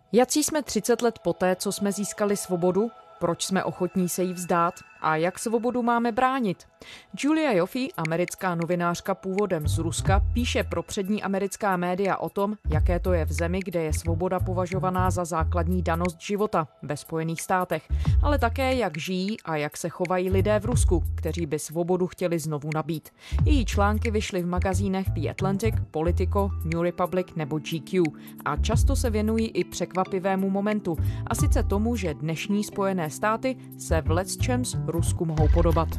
Jací jsme 30 let poté, co jsme získali svobodu? Proč jsme ochotní se jí vzdát? A jak svobodu máme bránit? Julia Joffe, americká novinářka původem z Ruska, píše pro přední americká média o tom, jaké to je v zemi, kde je svoboda považovaná za základní danost života ve Spojených státech, ale také jak žijí a jak se chovají lidé v Rusku, kteří by svobodu chtěli znovu nabít. Její články vyšly v magazínech The Atlantic, Politico, New Republic nebo GQ a často se věnují i překvapivému momentu, a sice tomu, že dnešní Spojené státy se v lecčems Rusku mohou podobat.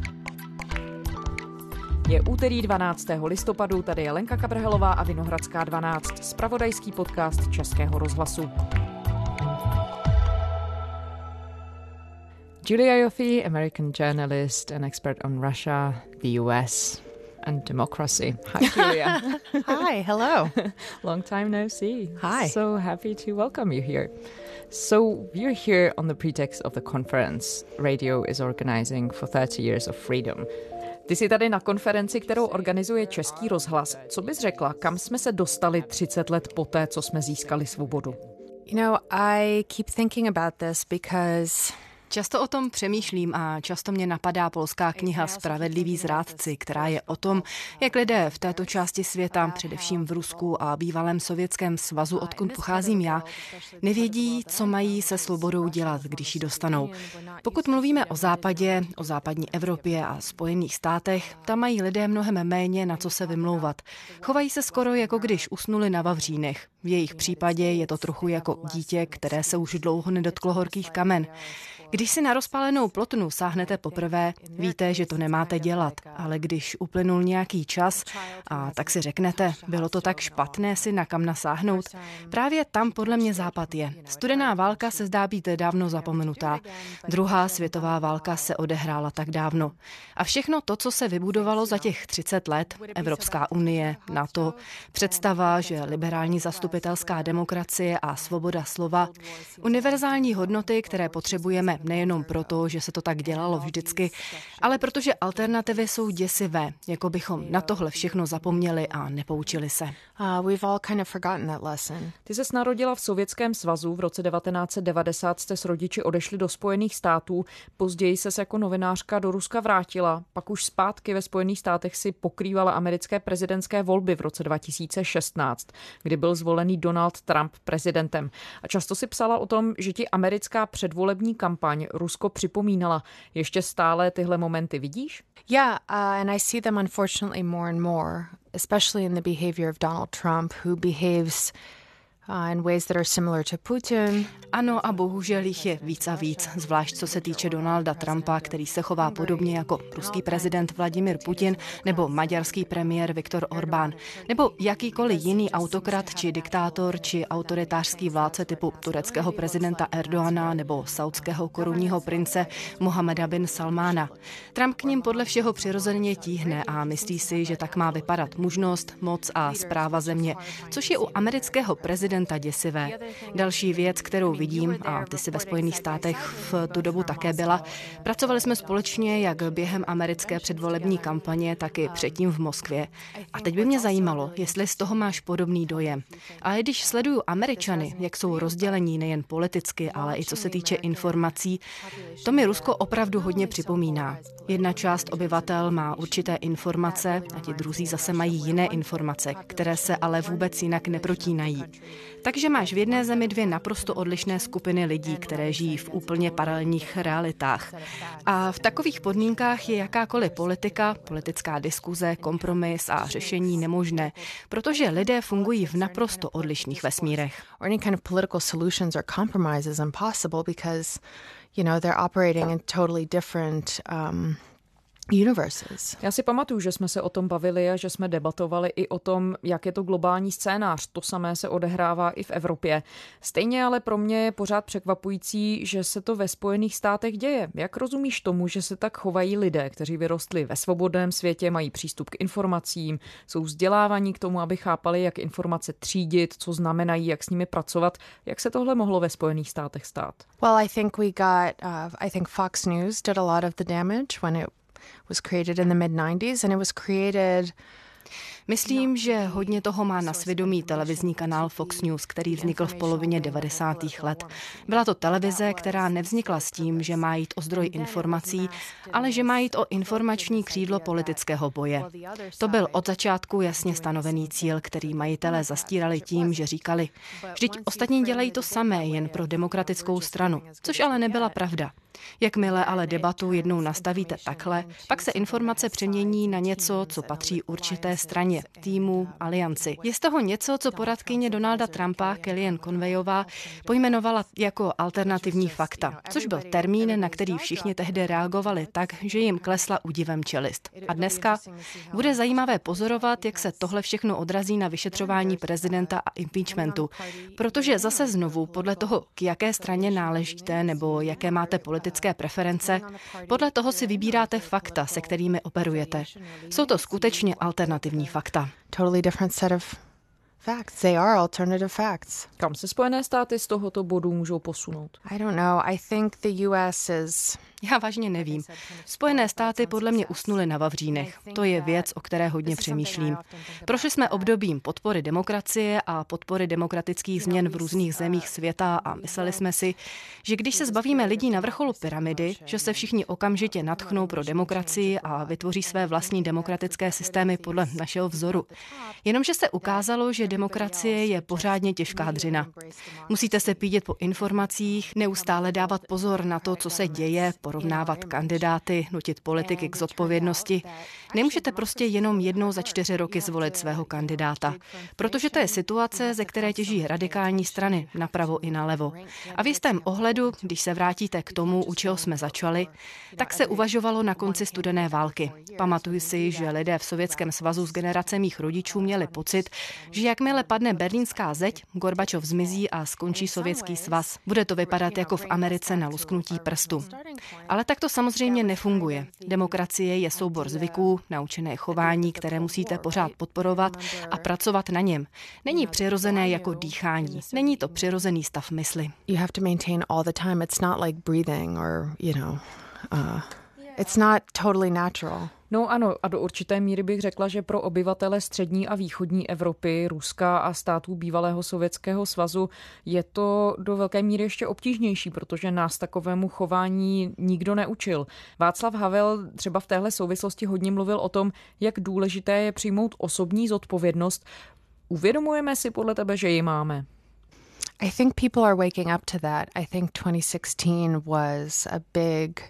Je úterý 12. listopadu, tady je Lenka Kabrhelová a Vinohradská 12, zpravodajský podcast Českého rozhlasu. Julia Joffe, American journalist and expert on Russia, the US and democracy. Hi, Julia. Hi, hello. Long time no see. Hi. So happy to welcome you here. So you're here on the pretext of the conference radio is organizing for 30 years of freedom. Ty jsi tady na konferenci, kterou organizuje Český rozhlas. Co bys řekla, kam jsme se dostali 30 let poté, co jsme získali svobodu? You know, I keep thinking about this because Často o tom přemýšlím a často mě napadá polská kniha Spravedliví zrádci, která je o tom, jak lidé v této části světa, především v Rusku a bývalém Sovětském svazu, odkud pocházím já, nevědí, co mají se svobodou dělat, když ji dostanou. Pokud mluvíme o západě, o západní Evropě a Spojených státech, tam mají lidé mnohem méně na co se vymlouvat. Chovají se skoro jako když usnuli na vavřínech. V jejich případě je to trochu jako dítě, které se už dlouho nedotklo horkých kamen. Když si na rozpálenou plotnu sáhnete poprvé, víte, že to nemáte dělat, ale když uplynul nějaký čas a tak si řeknete, bylo to tak špatné si na kamna sáhnout, právě tam podle mě západ je. Studená válka se zdá být dávno zapomenutá. Druhá světová válka se odehrála tak dávno. A všechno to, co se vybudovalo za těch 30 let, Evropská unie, NATO, představa, že liberální zastupitelská demokracie a svoboda slova, univerzální hodnoty, které potřebujeme nejenom proto, že se to tak dělalo vždycky, ale protože alternativy jsou děsivé, jako bychom na tohle všechno zapomněli a nepoučili se. we've all kind of forgotten that lesson. Ty ses narodila v Sovětském svazu, v roce 1990 jste s rodiči odešli do Spojených států, později ses jako novinářka do Ruska vrátila, pak už zpátky ve Spojených státech si pokrývala americké prezidentské volby v roce 2016, kdy byl zvolený Donald Trump prezidentem. A často si psala o tom, že ti americká předvolební kampaň Rusko připomínala. Ještě stále tyhle momenty vidíš? Yeah, and I see them unfortunately more and more, especially in the behavior of Donald Trump, who behaves in ways that are similar to Putin. Ano, a bohužel jich je víc a víc, zvlášť co se týče Donalda Trumpa, který se chová podobně jako ruský prezident Vladimir Putin nebo maďarský premiér Viktor Orbán, nebo jakýkoliv jiný autokrat či diktátor či autoritářský vládce typu tureckého prezidenta Erdoana nebo saudského korunního prince Mohameda bin Salmána. Trump k nim podle všeho přirozeně tíhne a myslí si, že tak má vypadat mužnost, moc a správa země, což je u amerického prezidenta děsivé. Další věc, kterou vidím, a ty si ve Spojených státech v tu dobu také byla, pracovali jsme společně jak během americké předvolební kampaně, tak i předtím v Moskvě. A teď by mě zajímalo, jestli z toho máš podobný dojem. A když sleduju Američany, jak jsou rozdělení nejen politicky, ale i co se týče informací, to mi Rusko opravdu hodně připomíná. Jedna část obyvatel má určité informace a ti druzí zase mají jiné informace, které se ale vůbec jinak neprotínají. Takže máš v jedné zemi dvě naprosto odlišné skupiny lidí, které žijí v úplně paralelních realitách. A v takových podmínkách je jakákoliv politická diskuze, kompromis a řešení nemožné, protože lidé fungují v naprosto odlišných vesmírech. Or any kind of political solutions or compromise is impossible because, you know, they're operating in totally different universes. Já si pamatuju, že jsme se o tom bavili a že jsme debatovali i o tom, jak je to globální scénář. To samé se odehrává i v Evropě. Stejně ale pro mě je pořád překvapující, že se to ve Spojených státech děje. Jak rozumíš tomu, že se tak chovají lidé, kteří vyrostli ve svobodném světě, mají přístup k informacím, jsou vzdělávaní k tomu, aby chápali, jak informace třídit, co znamenají, jak s nimi pracovat. Jak se tohle mohlo ve Spojených státech stát? Well, I think Fox News did a lot of the damage when it was created in the mid-90s, and it was created Myslím, že hodně toho má na svědomí televizní kanál Fox News, který vznikl v polovině 90. let. Byla to televize, která nevznikla s tím, že má jít o zdroj informací, ale že má jít o informační křídlo politického boje. To byl od začátku jasně stanovený cíl, který majitelé zastírali tím, že říkali, vždyť ostatní dělají to samé, jen pro demokratickou stranu, což ale nebyla pravda. Jakmile ale debatu jednou nastavíte takhle, pak se informace přemění na něco, co patří určité straně, týmu, alianci. Je z toho něco, co poradkyně Donalda Trumpa Kellyanne Conwayová pojmenovala jako alternativní fakta, což byl termín, na který všichni tehdy reagovali tak, že jim klesla údivem čelist. A dneska bude zajímavé pozorovat, jak se tohle všechno odrazí na vyšetřování prezidenta a impeachmentu, protože zase znovu podle toho, k jaké straně náležíte nebo jaké máte politické preference, podle toho si vybíráte fakta, se kterými operujete. Jsou to skutečně alternativní fakta. Totally different set of facts. They are alternative facts. Kam se Spojené státy z tohoto bodu můžou posunout? I don't know. I think the US is... Já vážně nevím. Spojené státy podle mě usnuly na vavřínech. To je věc, o které hodně přemýšlím. Prošli jsme obdobím podpory demokracie a podpory demokratických změn v různých zemích světa a mysleli jsme si, že když se zbavíme lidí na vrcholu pyramidy, že se všichni okamžitě nadchnou pro demokracii a vytvoří své vlastní demokratické systémy podle našeho vzoru. Jenomže se ukázalo, že demokracie je pořádně těžká dřina. Musíte se pídět po informacích, neustále dávat pozor na to, co se děje, porovnávat kandidáty, nutit politiky k zodpovědnosti. Nemůžete prostě jenom jednou za 4 roky zvolit svého kandidáta, protože to je situace, ze které těží radikální strany napravo i nalevo. A v jistém ohledu, když se vrátíte k tomu, u čeho jsme začali, tak se uvažovalo na konci studené války. Pamatuju si, že lidé v Sovětském svazu z generace mých rodičů měli pocit, že jakmile padne berlínská zeď, Gorbačov zmizí a skončí Sovětský svaz. Bude to vypadat jako v Americe na lusknutí prstu. Ale tak to samozřejmě nefunguje. Demokracie je soubor zvyků, naučené chování, které musíte pořád podporovat a pracovat na něm. Není přirozené jako dýchání. Není to přirozený stav mysli. You have to maintain all the time. It's not like breathing or, it's not totally natural. No ano, a do určité míry bych řekla, že pro obyvatele střední a východní Evropy, Ruska a států bývalého Sovětského svazu je to do velké míry ještě obtížnější, protože nás takovému chování nikdo neučil. Václav Havel třeba v téhle souvislosti hodně mluvil o tom, jak důležité je přijmout osobní zodpovědnost. Uvědomujeme si podle tebe, že ji máme? I think people are waking up to that. I think 2016 was a big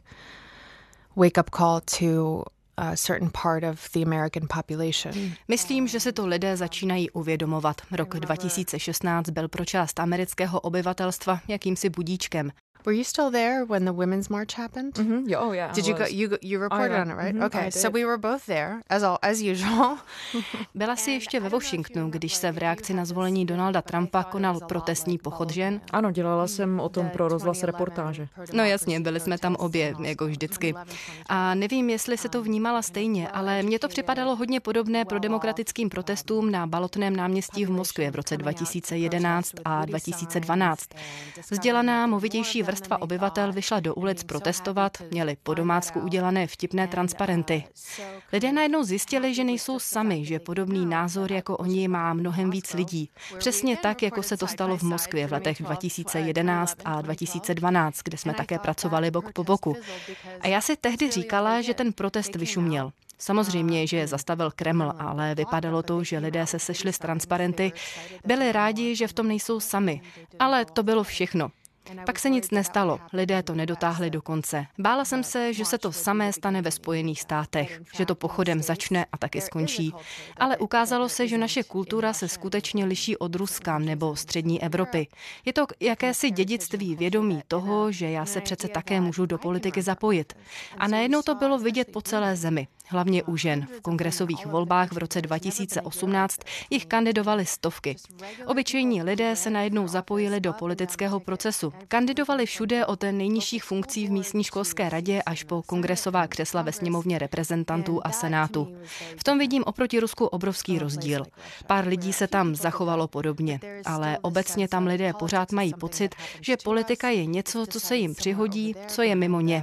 wake-up call to a certain part of the American population. Myslím, že si to lidé začínají uvědomovat. Rok 2016 byl pro část amerického obyvatelstva jakýmsi budíčkem. Were you still there when the Women's March happened? Oh yeah. Did you go? You reported on it, right? Okay, so we were both there as usual. Byla jsi ještě ve Washingtonu, když se v reakci na zvolení Donalda Trumpa konal protestní pochod žen? Ano, dělala jsem o tom pro rozhlas reportáže. No jasně, byli jsme tam obě, jako vždycky. A nevím, jestli se to vnímala stejně, ale mně to připadalo hodně podobné pro demokratickým protestům na Balotném náměstí v Moskvě v roce 2011 a 2012. Vzdělaná, movitější vrstva obyvatel vyšla do ulic protestovat, měli po domácku udělané vtipné transparenty. Lidé najednou zjistili, že nejsou sami, že podobný názor jako oni má mnohem víc lidí. Přesně tak, jako se to stalo v Moskvě v letech 2011 a 2012, kde jsme také pracovali bok po boku. A já si tehdy říkala, že ten protest vyšuměl. Samozřejmě, že je zastavil Kreml, ale vypadalo to, že lidé se sešli s transparenty, byli rádi, že v tom nejsou sami. Ale to bylo všechno. Pak se nic nestalo, lidé to nedotáhli do konce. Bála jsem se, že se to samé stane ve Spojených státech, že to pochodem začne a taky skončí. Ale ukázalo se, že naše kultura se skutečně liší od Ruska nebo střední Evropy. Je to jakési dědictví vědomí toho, že já se přece také můžu do politiky zapojit. A najednou to bylo vidět po celé zemi. Hlavně u žen. V kongresových volbách v roce 2018 jich kandidovali stovky. Obyčejní lidé se najednou zapojili do politického procesu. Kandidovali všude od nejnižších funkcí v místní školské radě až po kongresová křesla ve sněmovně reprezentantů a senátu. V tom vidím oproti Rusku obrovský rozdíl. Pár lidí se tam zachovalo podobně, ale obecně tam lidé pořád mají pocit, že politika je něco, co se jim přihodí, co je mimo ně.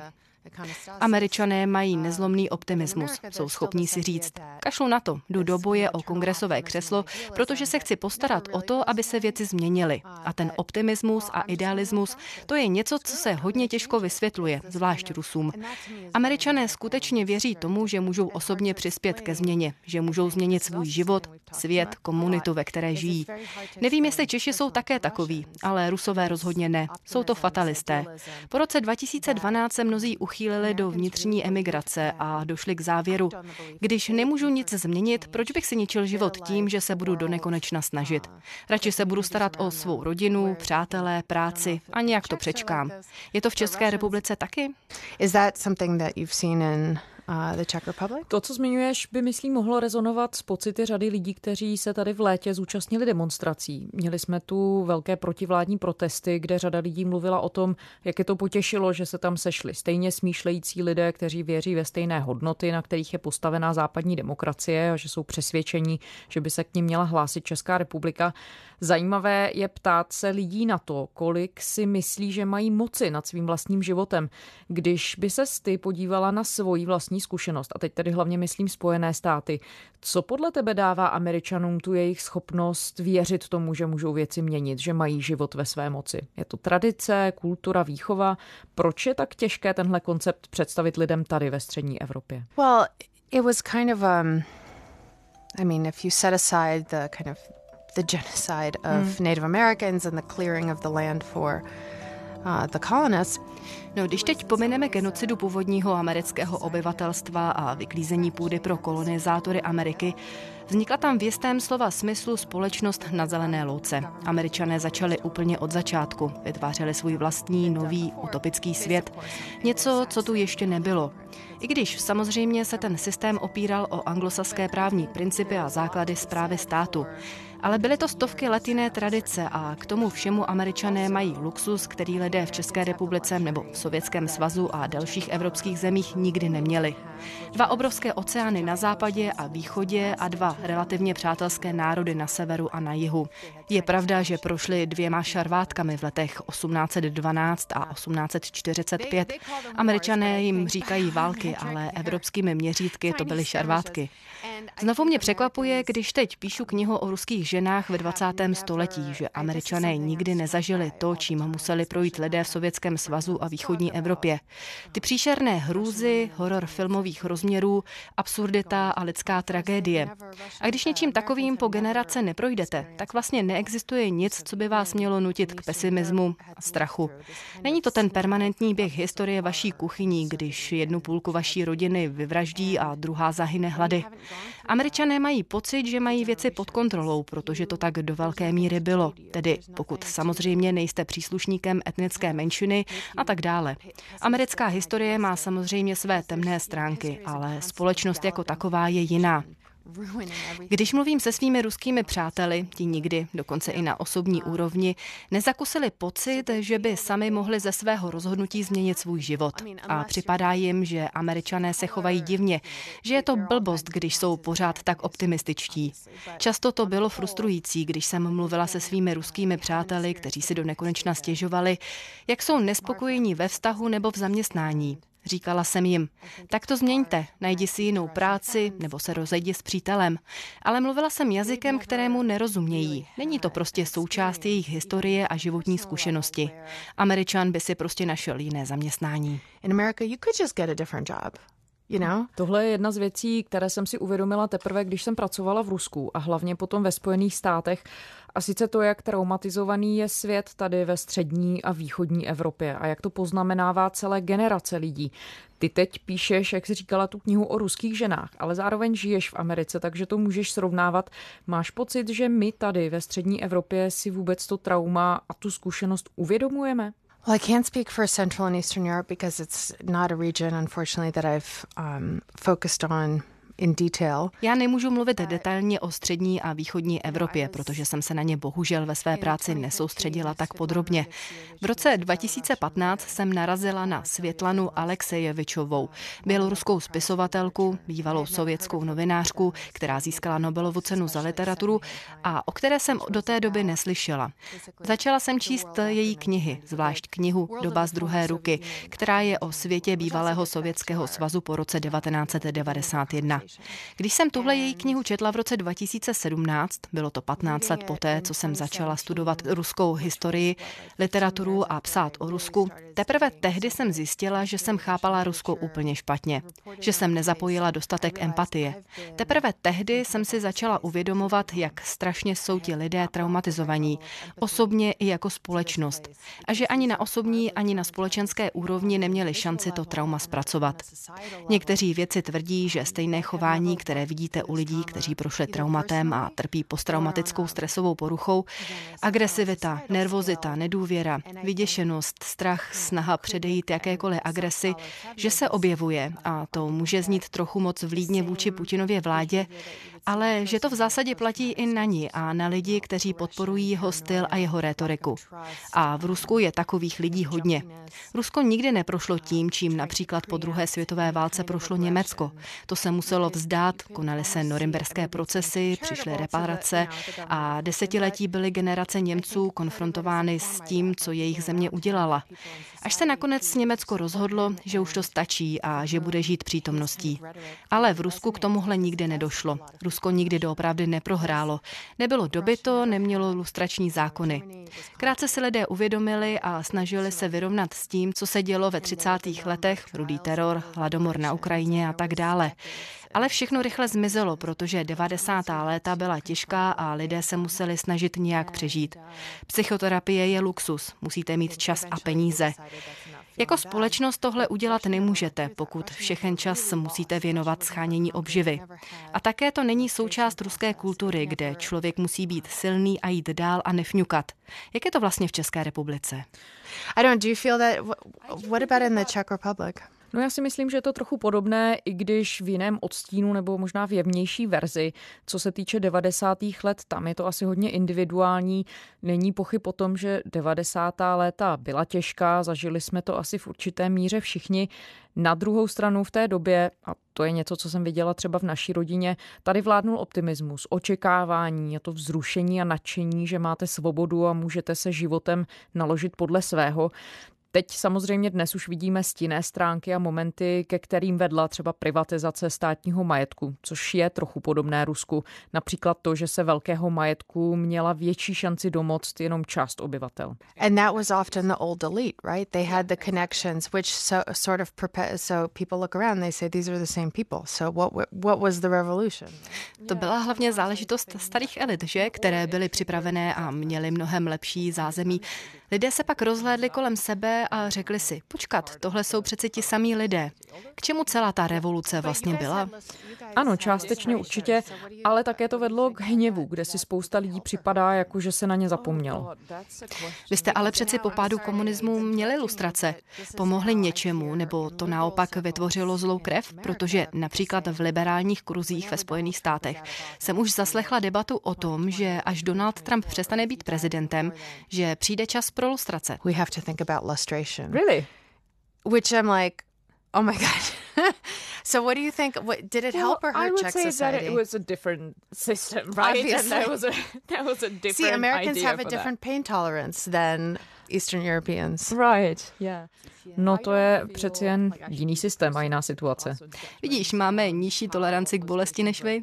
Američané mají nezlomný optimismus. Jsou schopní si říct, kašlu na to, jdu do boje o kongresové křeslo, protože se chci postarat o to, aby se věci změnily. A ten optimismus a idealismus, to je něco, co se hodně těžko vysvětluje, zvlášť Rusům. Američané skutečně věří tomu, že můžou osobně přispět ke změně, že můžou změnit svůj život, svět, komunitu, ve které žijí. Nevím, jestli Češi jsou také takoví, ale Rusové rozhodně ne. Jsou to fatalisté. Po roce 2012 se mnozí uchýlili do vnitřní emigrace a došli k závěru, když nemůžu nic změnit, proč bych si ničil život tím, že se budu do nekonečna snažit. Radši se budu starat o svou rodinu, přátelé, práci a nějak to přečkám. Je to v České republice taky? Is that something that you've seen in the Czech Republic? To, co zmiňuješ, by, myslím, mohlo rezonovat s pocity řady lidí, kteří se tady v létě zúčastnili demonstrací. Měli jsme tu velké protivládní protesty, kde řada lidí mluvila o tom, jak je to potěšilo, že se tam sešli stejně smýšlející lidé, kteří věří ve stejné hodnoty, na kterých je postavená západní demokracie a že jsou přesvědčení, že by se k nim měla hlásit Česká republika. Zajímavé je ptát se lidí na to, kolik si myslí, že mají moci nad svým vlastním životem. Když by ses ty podívala na svoji vlastní zkušenost, a teď tedy hlavně myslím Spojené státy, co podle tebe dává Američanům tu jejich schopnost věřit tomu, že můžou věci měnit, že mají život ve své moci? Je to tradice, kultura, výchova? Proč je tak těžké tenhle koncept představit lidem tady ve střední Evropě? Well, it was kind of if you set aside the kind of the genocide of Native Americans and the clearing of the land for the colonists. No, když teď pomineme genocidu původního amerického obyvatelstva a vyklízení půdy pro kolonizátory Ameriky, vznikla tam v jistém slova smyslu společnost na zelené louce. Američané začali úplně od začátku, vytvářeli svůj vlastní, nový, utopický svět. Něco, co tu ještě nebylo. I když samozřejmě se ten systém opíral o anglosaské právní principy a základy správy státu. Ale byly to stovky let jiné tradice a k tomu všemu Američané mají luxus, který lidé v České republice nebo v Sovětském svazu a dalších evropských zemích nikdy neměli. 2 obrovské oceány na západě a východě a 2 relativně přátelské národy na severu a na jihu. Je pravda, že prošli 2 šarvátkami v letech 1812 a 1845. Američané jim říkají války, ale evropskými měřítky to byly šarvátky. Znovu mě překvapuje, když teď píšu knihu o ruských ženách ve 20. století, že Američané nikdy nezažili to, čím museli projít lidé v Sovětském svazu a východní Evropě. Ty příšerné hrůzy, horor filmových rozměrů, absurdita a lidská tragédie. A když něčím takovým po generace neprojdete, tak vlastně neexistuje nic, co by vás mělo nutit k pesimismu a strachu. Není to ten permanentní běh historie vaší kuchyní, když 1/2 vaší rodiny vyvraždí a druhá zahyne hlady. Američané mají pocit, že mají věci pod kontrolou, protože to tak do velké míry bylo. Tedy pokud samozřejmě nejste příslušníkem etnické menšiny a tak dále. Americká historie má samozřejmě své temné stránky, ale společnost jako taková je jiná. Když mluvím se svými ruskými přáteli, ti nikdy, dokonce i na osobní úrovni, nezakusili pocit, že by sami mohli ze svého rozhodnutí změnit svůj život. A připadá jim, že Američané se chovají divně, že je to blbost, když jsou pořád tak optimističtí. Často to bylo frustrující, když jsem mluvila se svými ruskými přáteli, kteří si do nekonečna stěžovali, jak jsou nespokojení ve vztahu nebo v zaměstnání. Říkala jsem jim, tak to změňte, najdi si jinou práci nebo se rozejdi s přítelem. Ale mluvila jsem jazykem, kterému nerozumějí. Není to prostě součást jejich historie a životní zkušenosti. Američan by si prostě našel jiné zaměstnání. In America you could just get a different job. You know? Tohle je jedna z věcí, které jsem si uvědomila teprve, když jsem pracovala v Rusku a hlavně potom ve Spojených státech. A sice to, jak traumatizovaný je svět tady ve střední a východní Evropě a jak to poznamenává celé generace lidí. Ty teď píšeš, jak jsi říkala, tu knihu o ruských ženách, ale zároveň žiješ v Americe, takže to můžeš srovnávat. Máš pocit, že my tady ve střední Evropě si vůbec to trauma a tu zkušenost uvědomujeme? Well, I can't speak for Central and Eastern Europe because it's not a region, unfortunately, that I've focused on in detail. Já nemůžu mluvit detailně o střední a východní Evropě, protože jsem se na ně bohužel ve své práci nesoustředila tak podrobně. V roce 2015 jsem narazila na Světlanu Aleksejevičovou, běloruskou spisovatelku, bývalou sovětskou novinářku, která získala Nobelovu cenu za literaturu a o které jsem do té doby neslyšela. Začala jsem číst její knihy, zvlášť knihu Doba z druhé ruky, která je o světě bývalého Sovětského svazu po roce 1991. Když jsem tuhle její knihu četla v roce 2017, bylo to 15 let poté, co jsem začala studovat ruskou historii, literaturu a psát o Rusku, teprve tehdy jsem zjistila, že jsem chápala Rusko úplně špatně, že jsem nezapojila dostatek empatie. Teprve tehdy jsem si začala uvědomovat, jak strašně jsou ti lidé traumatizovaní, osobně i jako společnost, a že ani na osobní, ani na společenské úrovni neměli šanci to trauma zpracovat. Někteří vědci tvrdí, že stejné chování, které vidíte u lidí, kteří prošli traumatem a trpí posttraumatickou stresovou poruchou, agresivita, nervozita, nedůvěra, vyděšenost, strach, snaha předejít jakékoliv agresi, že se objevuje, a to může znít trochu moc vlídně vůči Putinově vládě, ale že to v zásadě platí i na ní a na lidi, kteří podporují jeho styl a jeho rétoriku. A v Rusku je takových lidí hodně. Rusko nikdy neprošlo tím, čím například po druhé světové válce prošlo Německo. To se muselo vzdát, konaly se norimberské procesy, přišly reparace a desetiletí byly generace Němců konfrontovány s tím, co jejich země udělala. Až se nakonec Německo rozhodlo, že už to stačí a že bude žít přítomností. Ale v Rusku k tomuhle nikdy nedošlo. Rusko nikdy doopravdy neprohrálo. Nebylo dobyto, nemělo lustrační zákony. Krátce si lidé uvědomili a snažili se vyrovnat s tím, co se dělo ve 30. letech, rudý teror, hladomor na Ukrajině a tak dále. Ale všechno rychle zmizelo, protože 90. léta byla těžká a lidé se museli snažit nějak přežít. Psychoterapie je luxus, musíte mít čas a peníze. Jako společnost tohle udělat nemůžete, pokud všechen čas musíte věnovat shánění obživy. A také to není součást ruské kultury, kde člověk musí být silný a jít dál a nefňukat. Jak je to vlastně v České republice? Do you feel that? What about in the Czech Republic? No já si myslím, že je to trochu podobné, i když v jiném odstínu nebo možná v jemnější verzi. Co se týče 90. let, tam je to asi hodně individuální. Není pochyb o tom, že 90. léta byla těžká, zažili jsme to asi v určité míře všichni. Na druhou stranu v té době, a to je něco, co jsem viděla třeba v naší rodině, tady vládnul optimismus, očekávání, a to vzrušení a nadšení, že máte svobodu a můžete se životem naložit podle svého. Teď samozřejmě dnes už vidíme stinné stránky a momenty, ke kterým vedla třeba privatizace státního majetku, což je trochu podobné Rusku. Například to, že se velkého majetku měla větší šanci domoct jenom část obyvatel. And that was often the old elite, right? They had the connections, which so people look around, they say these are the same people. So what was the revolution? To byla hlavně záležitost starých elit, že? Které byly připravené a měly mnohem lepší zázemí. Lidé se pak rozhlédli kolem sebe a řekli si, počkat, tohle jsou přeci ti samí lidé. K čemu celá ta revoluce vlastně byla? Ano, částečně určitě, ale také to vedlo k hněvu, kde si spousta lidí připadá, jako že se na ně zapomnělo. Vy jste ale přeci po pádu komunismu měli lustrace. Pomohly něčemu, nebo to naopak vytvořilo zlou krev? Protože například v liberálních kruzích ve Spojených státech jsem už zaslechla debatu o tom, že až Donald Trump přestane být prezidentem, že přijde čas pro lustrace. We have to think about lustration. Really? Which I'm like, oh my God. So what do you think? Did it help or hurt Czech society? I would say that it was a different system, right? Obviously. And that was a different See, Americans idea have a different pain tolerance than Eastern Europeans. Right, yeah. No to je přeci jen jiný systém a jiná situace. Vidíš, máme nižší toleranci k bolesti než vy.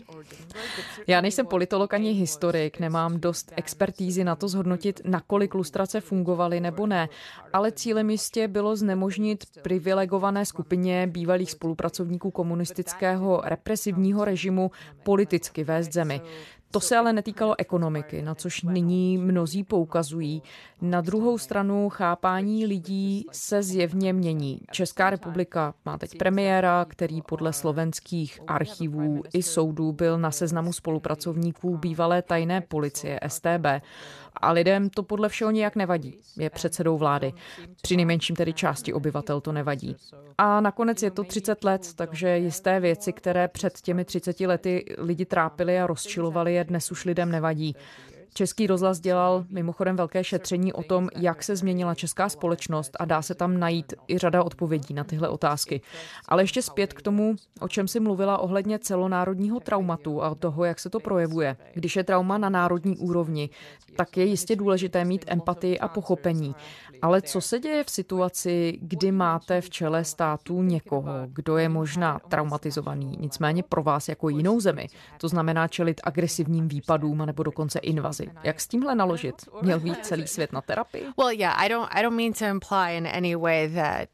Já nejsem politolog ani historik, nemám dost expertízy na to zhodnotit, nakolik lustrace fungovaly nebo ne, ale cílem jistě bylo znemožnit privilegované skupině bývalých spolupracovníků komunistického represivního režimu politicky vést zemi. To se ale netýkalo ekonomiky, na což nyní mnozí poukazují. Na druhou stranu chápání lidí se zjevně mění. Česká republika má teď premiéra, který podle slovenských archivů i soudů byl na seznamu spolupracovníků bývalé tajné policie StB. A lidem to podle všeho nijak nevadí. Je předsedou vlády. Přinejmenším tedy části obyvatel to nevadí. A nakonec je to 30 let, takže jisté věci, které před těmi 30 lety lidi trápily a rozčilovaly, je dnes už lidem nevadí. Český rozhlas dělal mimochodem velké šetření o tom, jak se změnila česká společnost a dá se tam najít i řada odpovědí na tyhle otázky. Ale ještě zpět k tomu, o čem si mluvila ohledně celonárodního traumatu a toho, jak se to projevuje. Když je trauma na národní úrovni, tak je jistě důležité mít empatii a pochopení. Ale co se děje v situaci, kdy máte v čele státu někoho, kdo je možná traumatizovaný, nicméně pro vás jako jinou zemi, to znamená čelit agresivním výpadům nebo dokonce invazi. Jak s tímhle naložit? Měl být celý svět na terapii? Well, yeah, I don't mean to imply in any way that,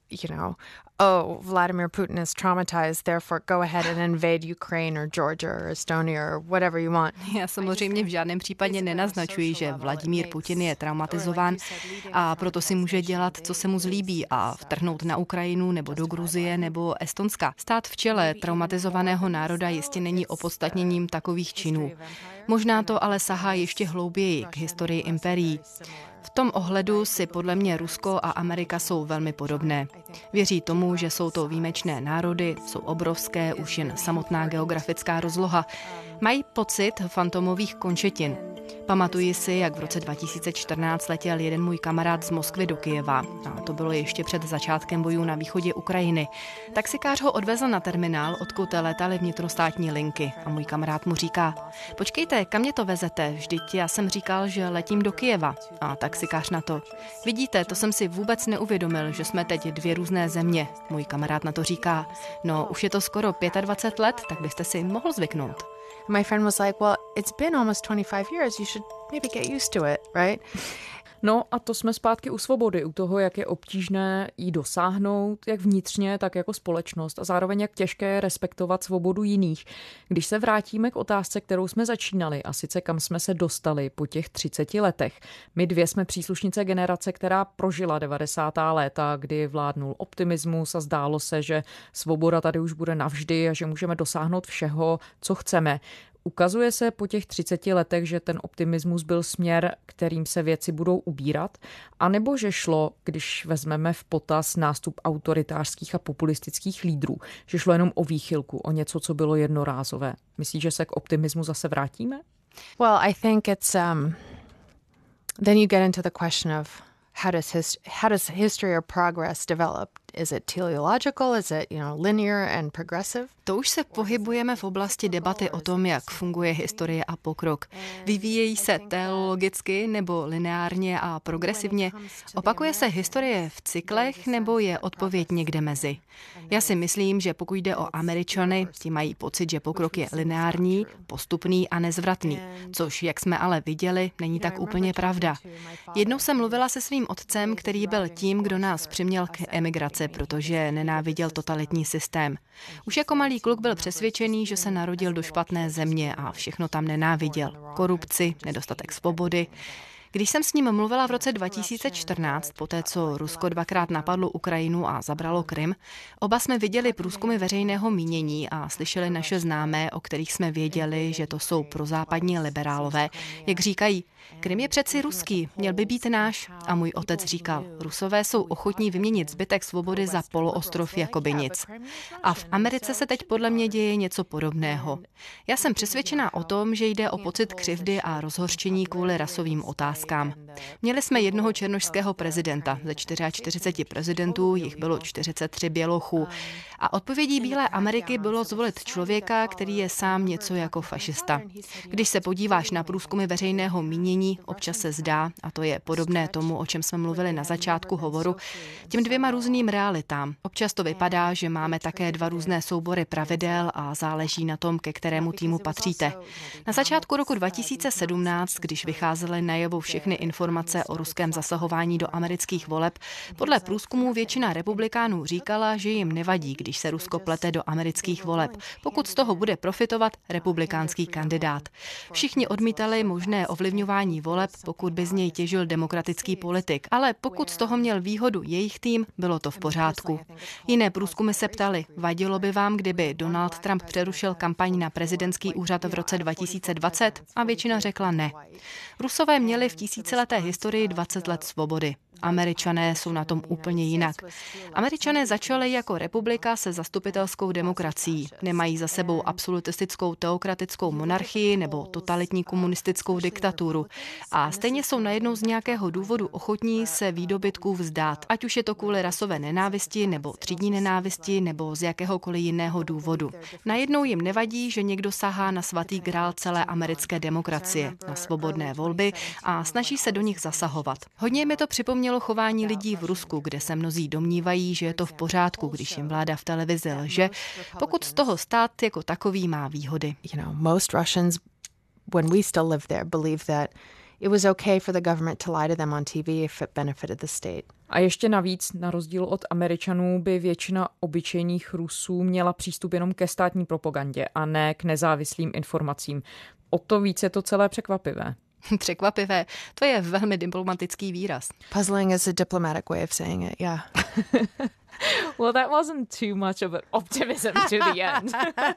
oh, Vladimir Putin is traumatized, therefore go ahead and invade Ukraine or Georgia or Estonia or whatever you want. Já samozřejmě v žádném případě nenaznačuji, že Vladimír Putin je traumatizován a proto si může dělat, co se mu zlíbí a vtrhnout na Ukrajinu nebo do Gruzie nebo Estonska. Stát v čele traumatizovaného národa jistě není opodstatněním takových činů. Možná to ale sahá ještě hlouběji k historii impérií. V tom ohledu si podle mě Rusko a Amerika jsou velmi podobné. Věří tomu, že jsou to výjimečné národy, jsou obrovské, už jen samotná geografická rozloha. Mají pocit fantomových končetin. Pamatuji si, jak v roce 2014 letěl jeden můj kamarád z Moskvy do Kyjeva. A to bylo ještě před začátkem bojů na východě Ukrajiny. Taxikář ho odvezl na terminál, odkud letaly vnitrostátní linky. A můj kamarád mu říká: počkejte, kam mě to vezete? Vždyť já jsem říkal, že letím do Kyjeva. A taxikář na to: vidíte, to jsem si vůbec neuvědomil, že jsme teď dvě různé země. Můj kamarád na to říká: no, už je to skoro 25 let, tak byste si mohl zvyknout. My friend was like, well, it's been almost 25 years. You should maybe get used to it, right? No a to jsme zpátky u svobody, u toho, jak je obtížné jí dosáhnout, jak vnitřně, tak jako společnost a zároveň jak těžké je respektovat svobodu jiných. Když se vrátíme k otázce, kterou jsme začínali, a sice kam jsme se dostali po těch 30 letech. My dvě jsme příslušnice generace, která prožila 90. léta, kdy vládnul optimismus a zdálo se, že svoboda tady už bude navždy a že můžeme dosáhnout všeho, co chceme. Ukazuje se po těch 30 letech, že ten optimismus byl směr, kterým se věci budou ubírat, anebo že šlo, když vezmeme v potaz nástup autoritářských a populistických lídrů, že šlo jenom o výchylku, o něco, co bylo jednorázové. Myslíš, že se k optimismu zase vrátíme? Well, I think it's then you get into the question of how does history or progress develop? Is it teleological? Is it, linear and progressive? To už se pohybujeme v oblasti debaty o tom, jak funguje historie a pokrok. Vyvíjejí se teleologicky nebo lineárně a progresivně? Opakuje se historie v cyklech nebo je odpověď někde mezi? Já si myslím, že pokud jde o Američany, ti mají pocit, že pokrok je lineární, postupný a nezvratný, což, jak jsme ale viděli, není tak úplně pravda. Jednou jsem mluvila se svým otcem, který byl tím, kdo nás přiměl k emigraci, protože nenáviděl totalitní systém. Už jako malý kluk byl přesvědčený, že se narodil do špatné země a všechno tam nenáviděl. Korupci, nedostatek svobody. Když jsem s ním mluvila v roce 2014, poté co Rusko 2krát napadlo Ukrajinu a zabralo Krym, oba jsme viděli průzkumy veřejného mínění a slyšeli naše známé, o kterých jsme věděli, že to jsou prozápadní liberálové, jak říkají: Krym je přeci ruský, měl by být náš. A můj otec říkal: Rusové jsou ochotní vyměnit zbytek svobody za poloostrov jakoby nic. A v Americe se teď podle mě děje něco podobného. Já jsem přesvědčená o tom, že jde o pocit křivdy a rozhořčení kvůli rasovým otázkám. Měli jsme jednoho černošského prezidenta. Ze 44 prezidentů jich bylo 43 bělochů. A odpovědí Bílé Ameriky bylo zvolit člověka, který je sám něco jako fašista. Když se podíváš na průzkumy veřejného mínění, občas se zdá, a to je podobné tomu, o čem jsme mluvili na začátku hovoru, těm dvěma různým realitám. Občas to vypadá, že máme také dva různé soubory pravidel a záleží na tom, ke kterému týmu patříte. Na začátku roku 2017, když vycházely najevo všechny informace o ruském zasahování do amerických voleb, podle průzkumů většina republikánů říkala, že jim nevadí, když se Rusko plete do amerických voleb, pokud z toho bude profitovat republikánský kandidát. Všichni odmítali možné ovlivňování voleb, pokud by z něj těžil demokratický politik, ale pokud z toho měl výhodu jejich tým, bylo to v pořádku. Jiné průzkumy se ptaly, vadilo by vám, kdyby Donald Trump přerušil kampaň na prezidentský úřad v roce 2020? A většina řekla ne. Rusové měli v tisícileté historii 20 let svobody. Američané jsou na tom úplně jinak. Američané začali jako republika se zastupitelskou demokracií. Nemají za sebou absolutistickou teokratickou monarchii nebo totalitní komunistickou diktaturu. A stejně jsou najednou z nějakého důvodu ochotní se výdobytků vzdát, ať už je to kvůli rasové nenávisti nebo třídní nenávisti nebo z jakéhokoliv jiného důvodu. Najednou jim nevadí, že někdo sahá na svatý grál celé americké demokracie, na svobodné volby a snaží se do nich zasahovat. Hodně mi to připomnělo chování lidí v Rusku, kde se mnozí domnívají, že je to v pořádku, když jim vláda v televizi lže, pokud z toho stát jako takový má výhody. Most Russians, when we still live there, believe that it was okay for the government to lie to them on TV if it benefited the state. A ještě navíc, na rozdíl od Američanů, by většina obyčejných Rusů měla přístup jenom ke státní propagandě a ne k nezávislým informacím. O to víc je to celé překvapivé. Překvapivé. To je velmi diplomatický výraz. Puzzling is a diplomatic way of saying it, yeah. Well, that wasn't too much of an optimism to the end.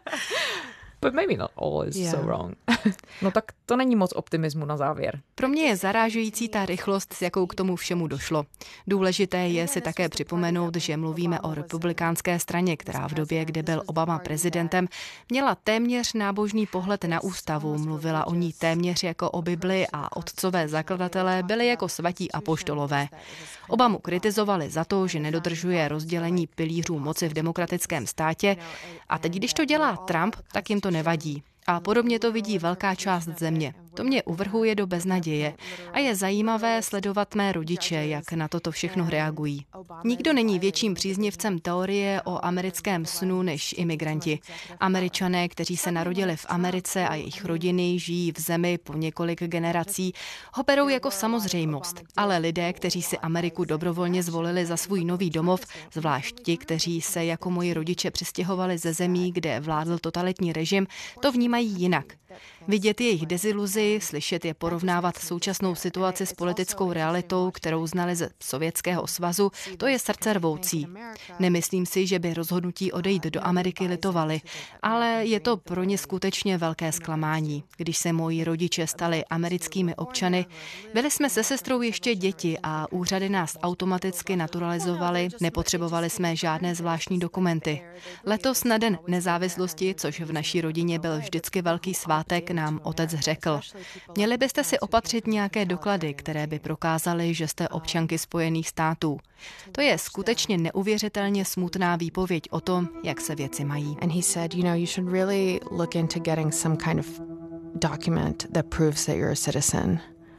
But maybe not all is so wrong. No tak to není moc optimismu na závěr. Pro mě je zarážející ta rychlost, s jakou k tomu všemu došlo. Důležité je si také připomenout, že mluvíme o republikánské straně, která v době, kdy byl Obama prezidentem, měla téměř nábožný pohled na ústavu, mluvila o ní téměř jako o Bibli a otcové zakladatelé byli jako svatí apoštolové. Obamu kritizovali za to, že nedodržuje rozdělení pilířů moci v demokratickém státě a teď, když to dělá Trump, tak jim to nevadí. A podobně to vidí velká část země. To mě uvrhuje do beznaděje a je zajímavé sledovat mé rodiče, jak na toto všechno reagují. Nikdo není větším příznivcem teorie o americkém snu než imigranti. Američané, kteří se narodili v Americe a jejich rodiny žijí v zemi po několik generací, ho berou jako samozřejmost. Ale lidé, kteří si Ameriku dobrovolně zvolili za svůj nový domov, zvlášť ti, kteří se jako moji rodiče přistěhovali ze zemí, kde vládl totalitní režim, to vnímají jinak. Vidět jejich deziluzi, slyšet je porovnávat současnou situaci s politickou realitou, kterou znali ze Sovětského svazu, to je srdcervoucí. Nemyslím si, že by rozhodnutí odejít do Ameriky litovali, ale je to pro ně skutečně velké zklamání. Když se moji rodiče stali americkými občany, byli jsme se sestrou ještě děti a úřady nás automaticky naturalizovali, nepotřebovali jsme žádné zvláštní dokumenty. Letos na Den nezávislosti, což v naší rodině byl vždycky velký svátek, nám otec řekl: měli byste si opatřit nějaké doklady, které by prokázaly, že jste občanky Spojených států. To je skutečně neuvěřitelně smutná výpověď o tom, jak se věci mají. And he said, you should really look into getting some kind of document that proves that you're a citizen.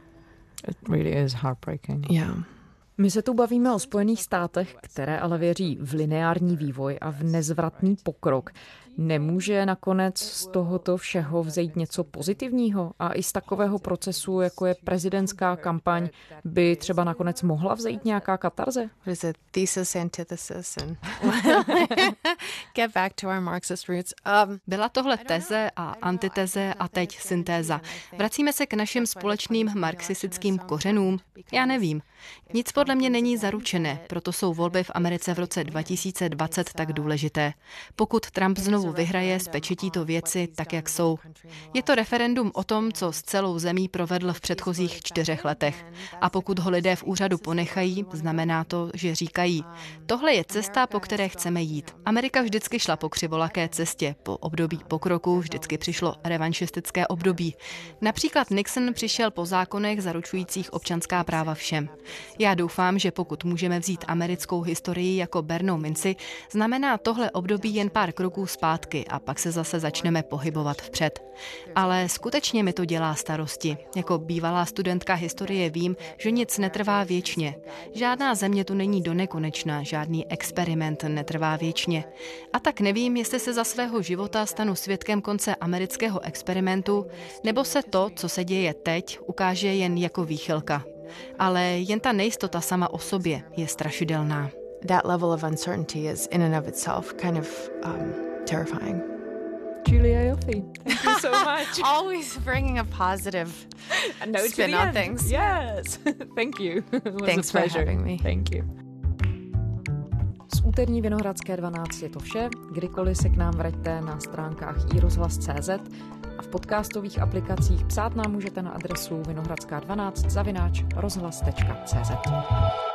It really is heartbreaking. Yeah. My se tu bavíme o Spojených státech, které ale věří v lineární vývoj a v nezvratný pokrok. Nemůže nakonec z tohoto všeho vzejít něco pozitivního? A i z takového procesu, jako je prezidentská kampaň, by třeba nakonec mohla vzejít nějaká katarze? What is it? Thesis, antithesis and get back to our Marxist roots. Byla tohle teze a antiteze a teď syntéza. Vracíme se k našim společným marxistickým kořenům? Já nevím. Nic podle mě není zaručené, proto jsou volby v Americe v roce 2020 tak důležité. Pokud Trump znovu vyhraje, spečetí to věci tak, jak jsou. Je to referendum o tom, co s celou zemí provedl v předchozích 4 letech. A pokud ho lidé v úřadu ponechají, znamená to, že říkají: tohle je cesta, po které chceme jít. Amerika vždycky šla po křivolaké cestě. Po období pokroku vždycky přišlo revanšistické období. Například Nixon přišel po zákonech zaručujících občanská práva všem. Já doufám, že pokud můžeme vzít americkou historii jako bernou minci, znamená tohle období jen pár kroků zpátky a pak se zase začneme pohybovat vpřed. Ale skutečně mi to dělá starosti. Jako bývalá studentka historie vím, že nic netrvá věčně. Žádná země tu není donekonečna, žádný experiment netrvá věčně. A tak nevím, jestli se za svého života stanu svědkem konce amerického experimentu, nebo se to, co se děje teď, ukáže jen jako výchylka. Ale jen ta nejistota sama o sobě je strašidelná. That level of uncertainty is in and of itself kind of terrifying. Julia Ioffe, thank you so much. Always bringing a positive spin on things. Yes, thank you. Thanks for having me. Thank you. Z úterní Vinohradské 12 je to vše. Kdykoliv se k nám vraťte na stránkách iRozhlas.cz a v podcastových aplikacích. Psát nám můžete na adresu vinohradská12@rozhlas.cz.